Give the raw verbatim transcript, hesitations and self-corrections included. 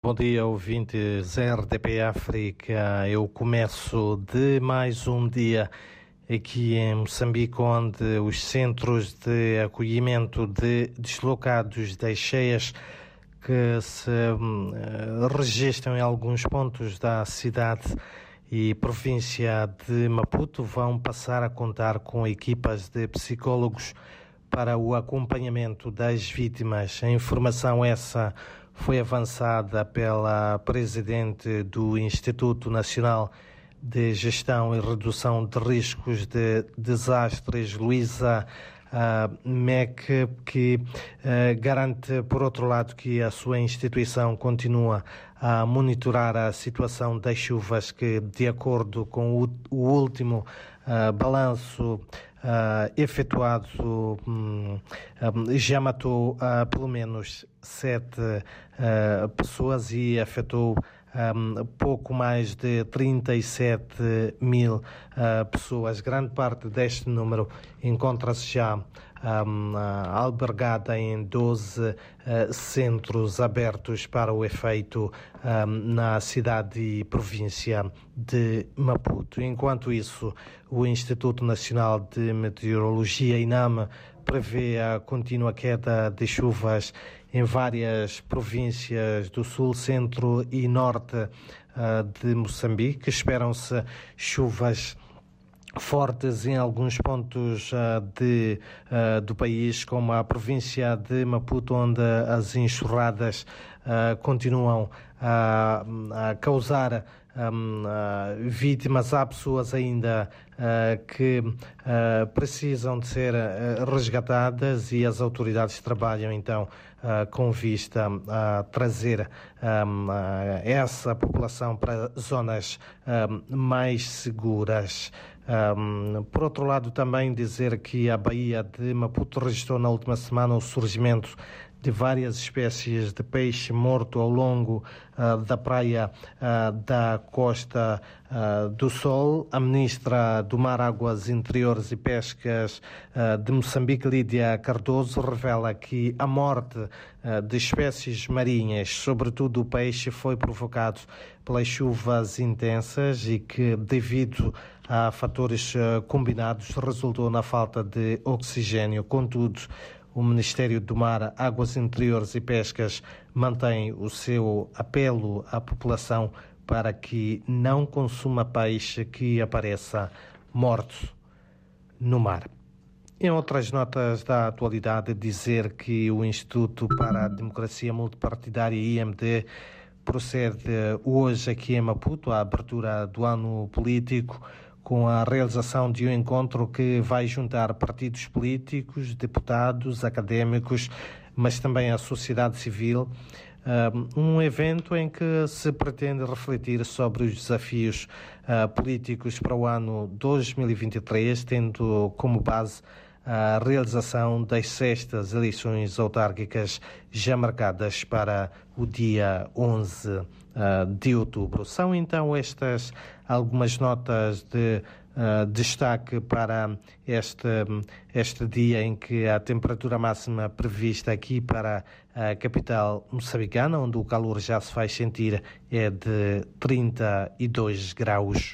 bom dia, ouvintes R D P África. Eu começo de mais um dia aqui em Moçambique, onde os centros de acolhimento de deslocados das cheias que se uh, registram em alguns pontos da cidade e província de Maputo vão passar a contar com equipas de psicólogos para o acompanhamento das vítimas. A informação essa foi avançada pela presidente do Instituto Nacional de Gestão e Redução de Riscos de Desastres, Luísa uh, Meck, que uh, garante, por outro lado, que a sua instituição continua a monitorar a situação das chuvas que, de acordo com o, o último uh, balanço Uh, efetuado, um, um, já matou uh, pelo menos sete uh, pessoas e afetou um, pouco mais de trinta e sete mil uh, pessoas. Grande parte deste número encontra-se já um, uh, albergada em doze uh, centros abertos para o efeito um, na cidade e província de Maputo. Enquanto isso, o Instituto Nacional de Meteorologia, INAME, prevê a contínua queda de chuvas em várias províncias do sul, centro e norte uh, de Moçambique. Esperam-se chuvas fortes em alguns pontos uh, de, uh, do país, como a província de Maputo, onde as enxurradas uh, continuam a, a causar um, uh, vítimas. Há pessoas ainda uh, que uh, precisam de ser uh, resgatadas e as autoridades trabalham então uh, com vista a trazer um, uh, essa população para zonas um, mais seguras. Um, por outro lado, também dizer que a Baía de Maputo registrou na última semana o surgimento de várias espécies de peixe morto ao longo uh, da praia uh, da Costa uh, do Sol. A ministra do Mar, Águas Interiores e Pescas uh, de Moçambique, Lídia Cardoso, revela que a morte uh, de espécies marinhas, sobretudo o peixe, foi provocado pelas chuvas intensas e que, devido a fatores uh, combinados, resultou na falta de oxigênio. Contudo, o Ministério do Mar, Águas Interiores e Pescas mantém o seu apelo à população para que não consuma peixe que apareça morto no mar. Em outras notas da atualidade, dizer que o Instituto para a Democracia Multipartidária, I M D, procede hoje aqui em Maputo à abertura do ano político, com a realização de um encontro que vai juntar partidos políticos, deputados, académicos, mas também a sociedade civil. Um evento em que se pretende refletir sobre os desafios uh, políticos para o ano dois mil e vinte e três, tendo como base a realização das sextas eleições autárquicas já marcadas para o dia onze uh, de outubro. São então estas algumas notas de uh, destaque para este, este dia em que a temperatura máxima prevista aqui para a capital moçambicana, onde o calor já se faz sentir, é de trinta e dois graus.